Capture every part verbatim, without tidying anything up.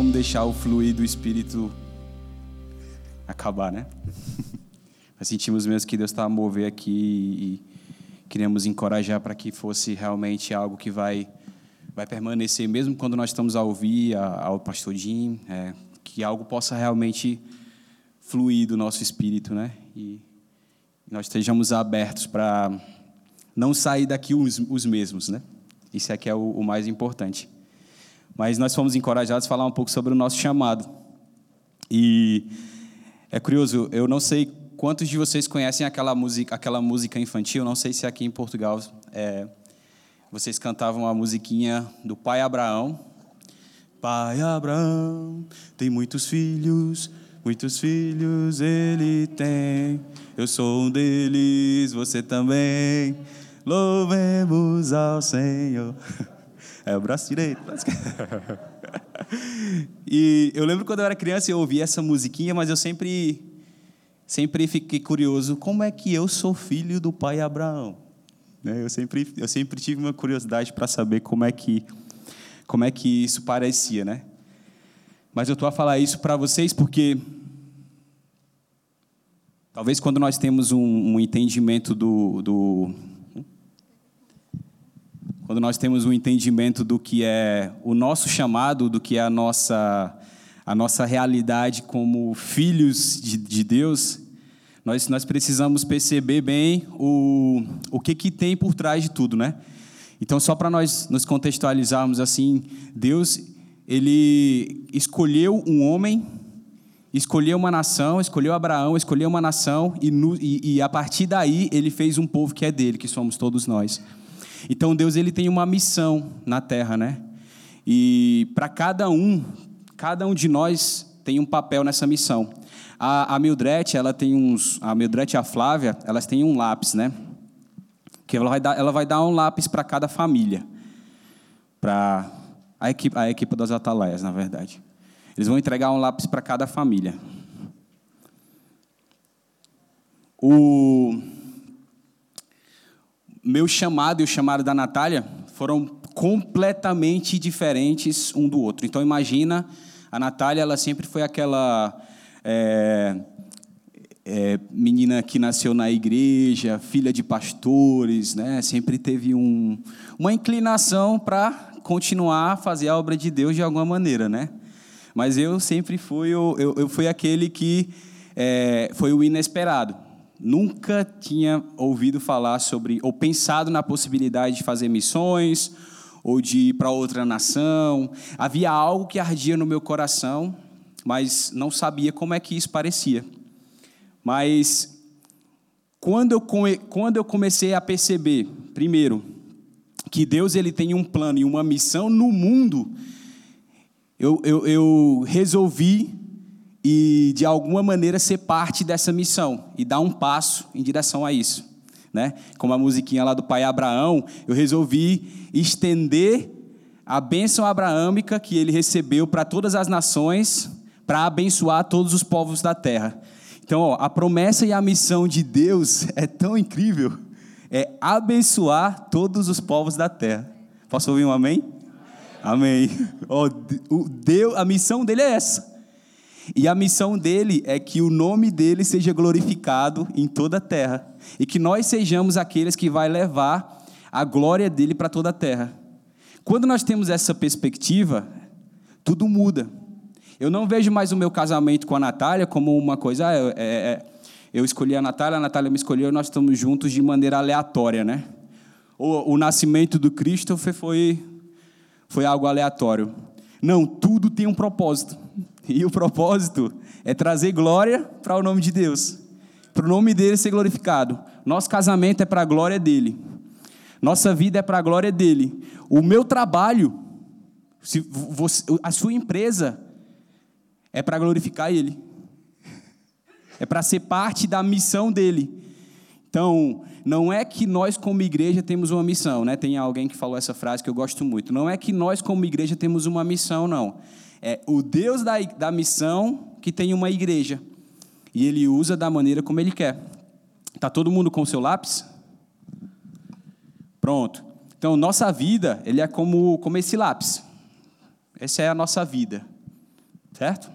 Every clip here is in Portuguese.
vamos deixar o fluir do Espírito acabar, né? Nós sentimos mesmo que Deus está a mover aqui e queremos encorajar para que fosse realmente algo que vai, vai permanecer, mesmo quando nós estamos a ouvir ao pastor Jim, é, que algo possa realmente fluir do nosso espírito, né? E nós estejamos abertos para não sair daqui os, os mesmos, né? Isso aqui é o, o mais importante. Mas nós fomos encorajados a falar um pouco sobre o nosso chamado. E é curioso, eu não sei quantos de vocês conhecem aquela música, aquela música infantil, não sei se aqui em Portugal é, vocês cantavam a musiquinha do Pai Abraão. Pai Abraão tem muitos filhos, muitos filhos ele tem. Eu sou um deles, você também. Louvemos ao Senhor. É o braço direito. E eu lembro quando eu era criança eu ouvia essa musiquinha, mas eu sempre, sempre fiquei curioso. Como é que eu sou filho do pai Abraão? Eu sempre, eu sempre tive uma curiosidade para saber como é que, como é que isso parecia, né? Mas eu estou a falar isso para vocês porque talvez quando nós temos um, um entendimento do... do Quando nós temos um entendimento do que é o nosso chamado, do que é a nossa, a nossa realidade como filhos de, de Deus, nós, nós precisamos perceber bem o, o que, que tem por trás de tudo, né? Então, só para nós nos contextualizarmos assim, Deus, Ele escolheu um homem, escolheu uma nação, escolheu Abraão, escolheu uma nação, e, no, e, e a partir daí Ele fez um povo que é dele, que somos todos nós. Então, Deus ele tem uma missão na Terra, né? E para cada um, cada um de nós tem um papel nessa missão. A, a Mildred, ela tem uns... A Mildred e a Flávia, elas têm um lápis, né? Que ela vai dar, ela vai dar um lápis para cada família. Para a equipe, a equipe das Atalaias, na verdade. Eles vão entregar um lápis para cada família. O... meu chamado e o chamado da Natália foram completamente diferentes um do outro. Então, imagina, a Natália, ela sempre foi aquela é, é, menina que nasceu na igreja, filha de pastores, né? Sempre teve um, uma inclinação para continuar a fazer a obra de Deus de alguma maneira, né? Mas eu sempre fui, eu, eu, eu fui aquele que é, foi o inesperado. Nunca tinha ouvido falar sobre, ou pensado na possibilidade de fazer missões, ou de ir para outra nação. Havia algo que ardia no meu coração, mas não sabia como é que isso parecia. Mas, quando eu, come, quando eu comecei a perceber, primeiro, que Deus ele tem um plano e uma missão no mundo, eu, eu, eu resolvi... e, de alguma maneira, ser parte dessa missão e dar um passo em direção a isso, né? Como a musiquinha lá do pai Abraão, eu resolvi estender a bênção abraâmica que ele recebeu para todas as nações, para abençoar todos os povos da terra. Então, ó, a promessa e a missão de Deus é tão incrível, é abençoar todos os povos da terra. Posso ouvir um amém? Amém. Amém. Ó, o Deus, a missão dele é essa. E a missão dele é que o nome dele seja glorificado em toda a terra. E que nós sejamos aqueles que vai levar a glória dele para toda a terra. Quando nós temos essa perspectiva, tudo muda. Eu não vejo mais o meu casamento com a Natália como uma coisa... Ah, é, é, eu escolhi a Natália, a Natália me escolheu e nós estamos juntos de maneira aleatória, né? O, o nascimento do Cristo foi, foi algo aleatório. Não, tudo tem um propósito. E o propósito é trazer glória para o nome de Deus, para o nome dele ser glorificado. Nosso casamento é para a glória dele. Nossa vida é para a glória dele. O meu trabalho, se você, a sua empresa, é para glorificar ele. É para ser parte da missão dele. Então, não é que nós como igreja temos uma missão, né? Tem alguém que falou essa frase que eu gosto muito. Não é que nós como igreja temos uma missão, não. É o Deus da, da missão que tem uma igreja. E ele usa da maneira como ele quer. Está todo mundo com o seu lápis? Pronto. Então, nossa vida ele é como, como esse lápis. Essa é a nossa vida. certo?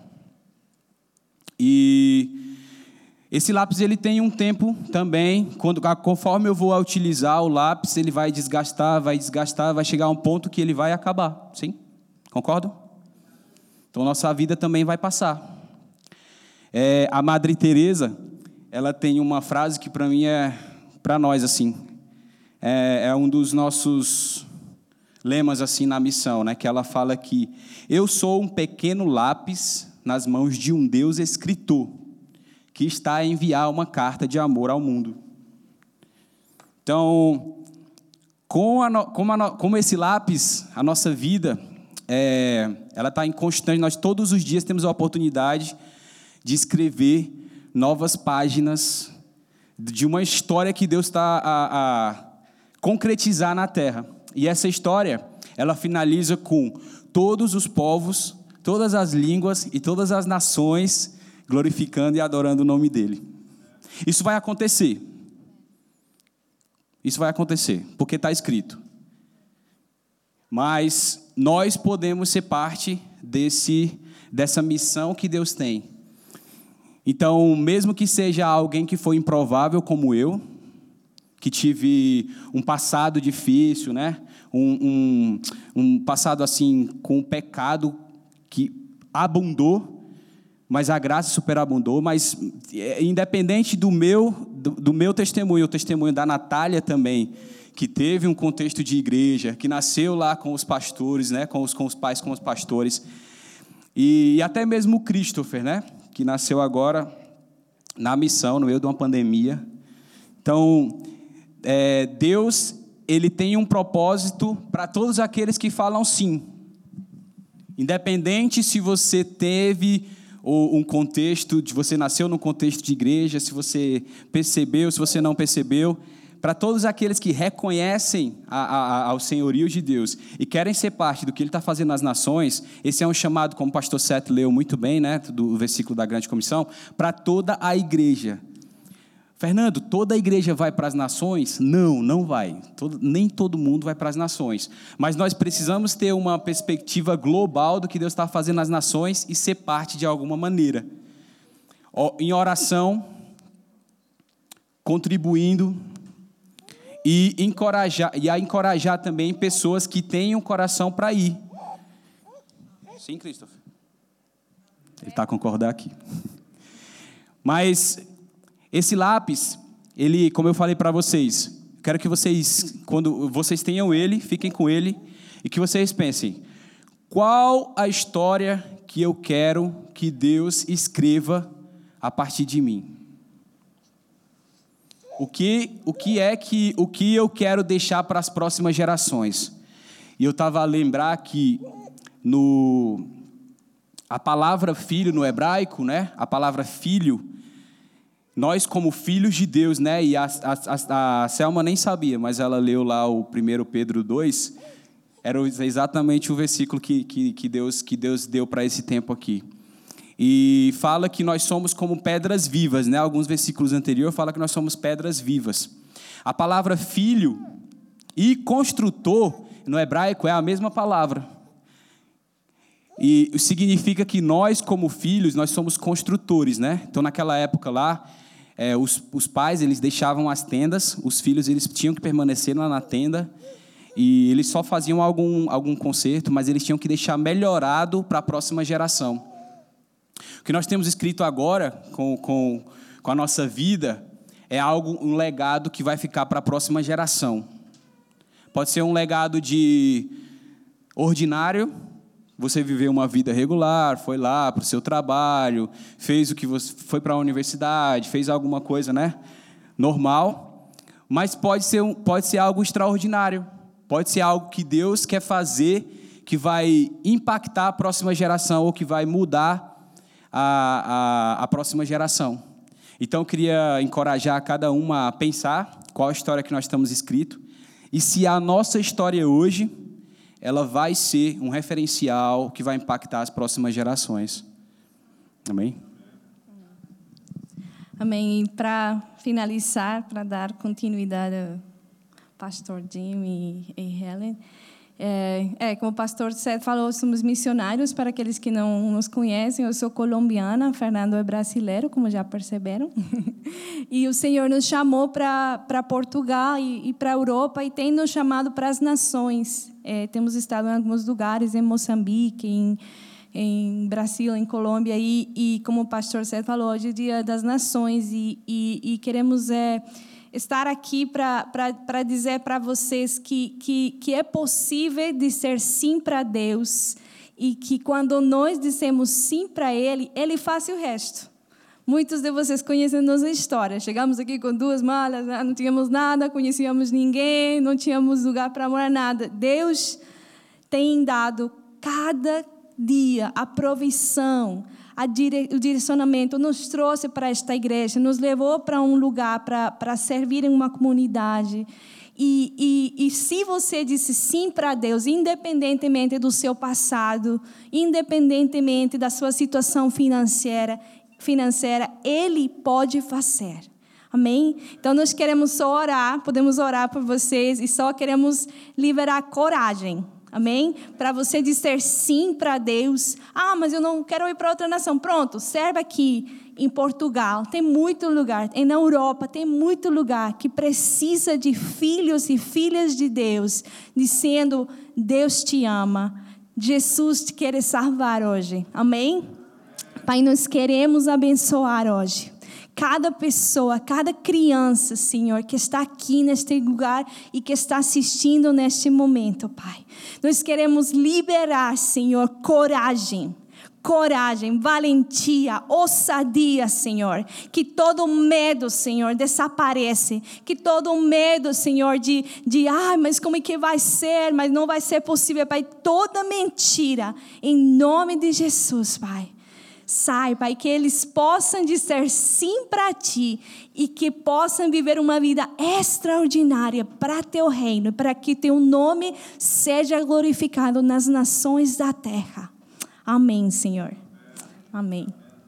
E esse lápis ele tem um tempo também, quando, conforme eu vou utilizar o lápis, ele vai desgastar, vai desgastar, vai chegar a um ponto que ele vai acabar, sim? Concordam? Então, nossa vida também vai passar. É, a Madre Teresa, ela tem uma frase que para mim é, para nós assim, é, é um dos nossos lemas assim na missão, né? Que ela fala que eu sou um pequeno lápis nas mãos de um Deus escritor que está a enviar uma carta de amor ao mundo. Então, com, a, como, a, como esse lápis, a nossa vida, é, ela está em constante. Nós todos os dias temos a oportunidade de escrever novas páginas de uma história que Deus está a, a concretizar na Terra. E essa história, ela finaliza com todos os povos, todas as línguas e todas as nações glorificando e adorando o nome dele. Isso vai acontecer. Isso vai acontecer, porque está escrito. Mas nós podemos ser parte desse, dessa missão que Deus tem. Então, mesmo que seja alguém que foi improvável como eu, que tive um passado difícil, né? um, um, um passado assim com um pecado que abundou, mas a graça superabundou, mas independente do meu, do, do meu testemunho, o testemunho da Natália também, que teve um contexto de igreja, que nasceu lá com os pastores, né? com, os, com os pais, com os pastores, e, e até mesmo o Christopher, né? que nasceu agora na missão, no meio de uma pandemia. Então, é, Deus, ele tem um propósito para todos aqueles que falam sim. Independente se você teve um contexto, de você nasceu num contexto de igreja, se você percebeu, se você não percebeu, para todos aqueles que reconhecem a, a, ao senhorio de Deus e querem ser parte do que Ele está fazendo nas nações, esse é um chamado, como o pastor Seth leu muito bem, né, do versículo da grande comissão, para toda a igreja. Fernando, toda a igreja vai para as nações? Não, não vai. Todo, nem todo mundo vai para as nações. Mas nós precisamos ter uma perspectiva global do que Deus está fazendo nas nações e ser parte de alguma maneira. Em oração, contribuindo e, encorajar, e a encorajar também pessoas que têm um coração para ir. Sim, Christopher? Ele está a concordar aqui. Mas esse lápis, ele, como eu falei para vocês, quero que vocês, quando vocês tenham ele, fiquem com ele, e que vocês pensem, qual a história que eu quero que Deus escreva a partir de mim? O que, o que é que, o que eu quero deixar para as próximas gerações? E eu estava a lembrar que no, a palavra filho no hebraico, né? A palavra filho, nós como filhos de Deus, né? E a, a, a Selma nem sabia, mas ela leu lá o primeiro Pedro dois, era exatamente o versículo que, que, que, Deus, que Deus deu para esse tempo aqui. E fala que nós somos como pedras vivas, né? Alguns versículos anteriores falam que nós somos pedras vivas. A palavra filho e construtor, no hebraico, é a mesma palavra. E significa que nós, como filhos, nós somos construtores, né? Então, naquela época lá, é, os, os pais, eles deixavam as tendas, os filhos, eles tinham que permanecer lá na tenda, e eles só faziam algum, algum conserto, mas eles tinham que deixar melhorado para a próxima geração. O que nós temos escrito agora, com, com, com a nossa vida, é algo, um legado que vai ficar para a próxima geração. Pode ser um legado de ordinário, você viveu uma vida regular, foi lá para o seu trabalho, fez o que você foi para a universidade, fez alguma coisa, né, normal, mas pode ser, um, pode ser algo extraordinário, pode ser algo que Deus quer fazer, que vai impactar a próxima geração ou que vai mudar a, a, a próxima geração. Então, eu queria encorajar cada um a pensar qual a história que nós estamos escrito e se a nossa história hoje ela vai ser um referencial que vai impactar as próximas gerações. Amém? Amém. E para finalizar, para dar continuidade ao pastor Jim e, e Helen, É, é, como o pastor Seth falou, somos missionários. Para aqueles que não nos conhecem, eu sou colombiana, Fernando é brasileiro, como já perceberam. E o Senhor nos chamou para Portugal e, e para a Europa, e tem nos chamado para as nações. É, temos estado em alguns lugares, em Moçambique, em, em Brasil, em Colômbia, e, e como o pastor Seth falou, hoje é o Dia das Nações, e, e, e queremos... É, estar aqui para dizer para vocês que, que, que é possível dizer sim para Deus, e que quando nós dissemos sim para Ele, Ele faz o resto. Muitos de vocês conhecem nossa história. Chegamos aqui com duas malas, não tínhamos nada, conhecíamos ninguém, não tínhamos lugar para morar, nada. Deus tem dado cada dia a provisão, o direcionamento, nos trouxe para esta igreja, nos levou para um lugar para, para servir em uma comunidade. E, e, e se você disse sim para Deus, independentemente do seu passado, independentemente da sua situação financeira, financeira, Ele pode fazer. Amém? Então, nós queremos só orar, podemos orar por vocês, e só queremos liberar coragem. Amém? Para você dizer sim para Deus. Ah, mas eu não quero ir para outra nação. Pronto, serve aqui em Portugal. Tem muito lugar. E na Europa tem muito lugar que precisa de filhos e filhas de Deus, dizendo: Deus te ama. Jesus te quer salvar hoje. Amém? Pai, nós queremos abençoar hoje cada pessoa, cada criança, Senhor, que está aqui neste lugar e que está assistindo neste momento, Pai. Nós queremos liberar, Senhor, coragem, coragem, valentia, ousadia, Senhor. Que todo medo, Senhor, desaparece. Que todo medo, Senhor, de, de ah, mas como é que vai ser? Mas não vai ser possível, Pai. Toda mentira, em nome de Jesus, Pai. Sai, Pai, que eles possam dizer sim para Ti e que possam viver uma vida extraordinária para Teu reino, para que Teu nome seja glorificado nas nações da terra. Amém, Senhor. Amém.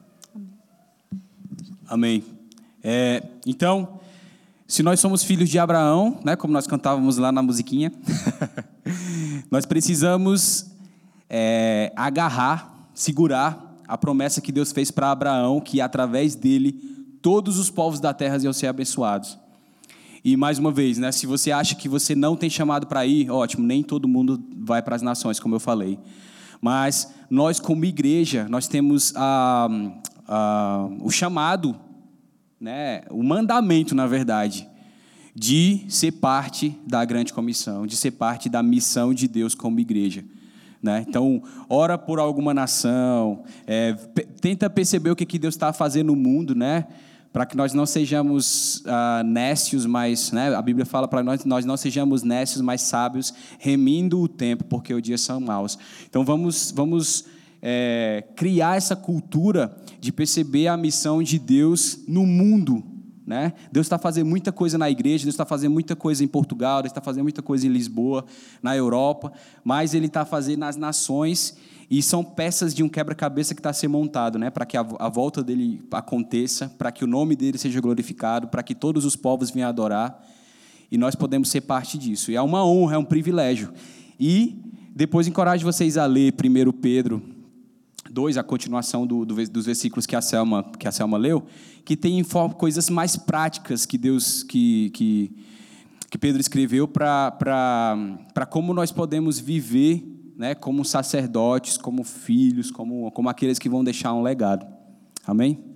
Amém. É, então, se nós somos filhos de Abraão, né, como nós cantávamos lá na musiquinha, nós precisamos é, agarrar, segurar a promessa que Deus fez para Abraão, que através dele todos os povos da terra iam ser abençoados. E mais uma vez, né, se você acha que você não tem chamado para ir, ótimo, nem todo mundo vai para as nações, como eu falei. Mas nós, como igreja, nós temos a, a, o chamado, né, o mandamento, na verdade, de ser parte da grande comissão, de ser parte da missão de Deus como igreja. Né? Então, ora por alguma nação, é, p- tenta perceber o que, que Deus está fazendo no mundo, né? Para que nós não sejamos ah, nécios, mas, né? A Bíblia fala para nós, nós não sejamos nécios, mas sábios, remindo o tempo, porque os dias são maus. Então, vamos, vamos é, criar essa cultura de perceber a missão de Deus no mundo. Né? Deus está fazendo muita coisa na igreja, Deus está fazendo muita coisa em Portugal, Deus está fazendo muita coisa em Lisboa, na Europa, mas Ele está fazendo nas nações, e são peças de um quebra-cabeça que está a ser montado, né? Para que a, a volta dele aconteça, para que o nome dele seja glorificado, para que todos os povos venham adorar, e nós podemos ser parte disso. E é uma honra, é um privilégio. E depois encorajo vocês a ler primeiro Pedro dois, a continuação do, do, dos versículos que a Selma, que a Selma leu, que tem coisas mais práticas que Deus, que, que, que Pedro escreveu para para como nós podemos viver, né, como sacerdotes, como filhos, como, como aqueles que vão deixar um legado. Amém?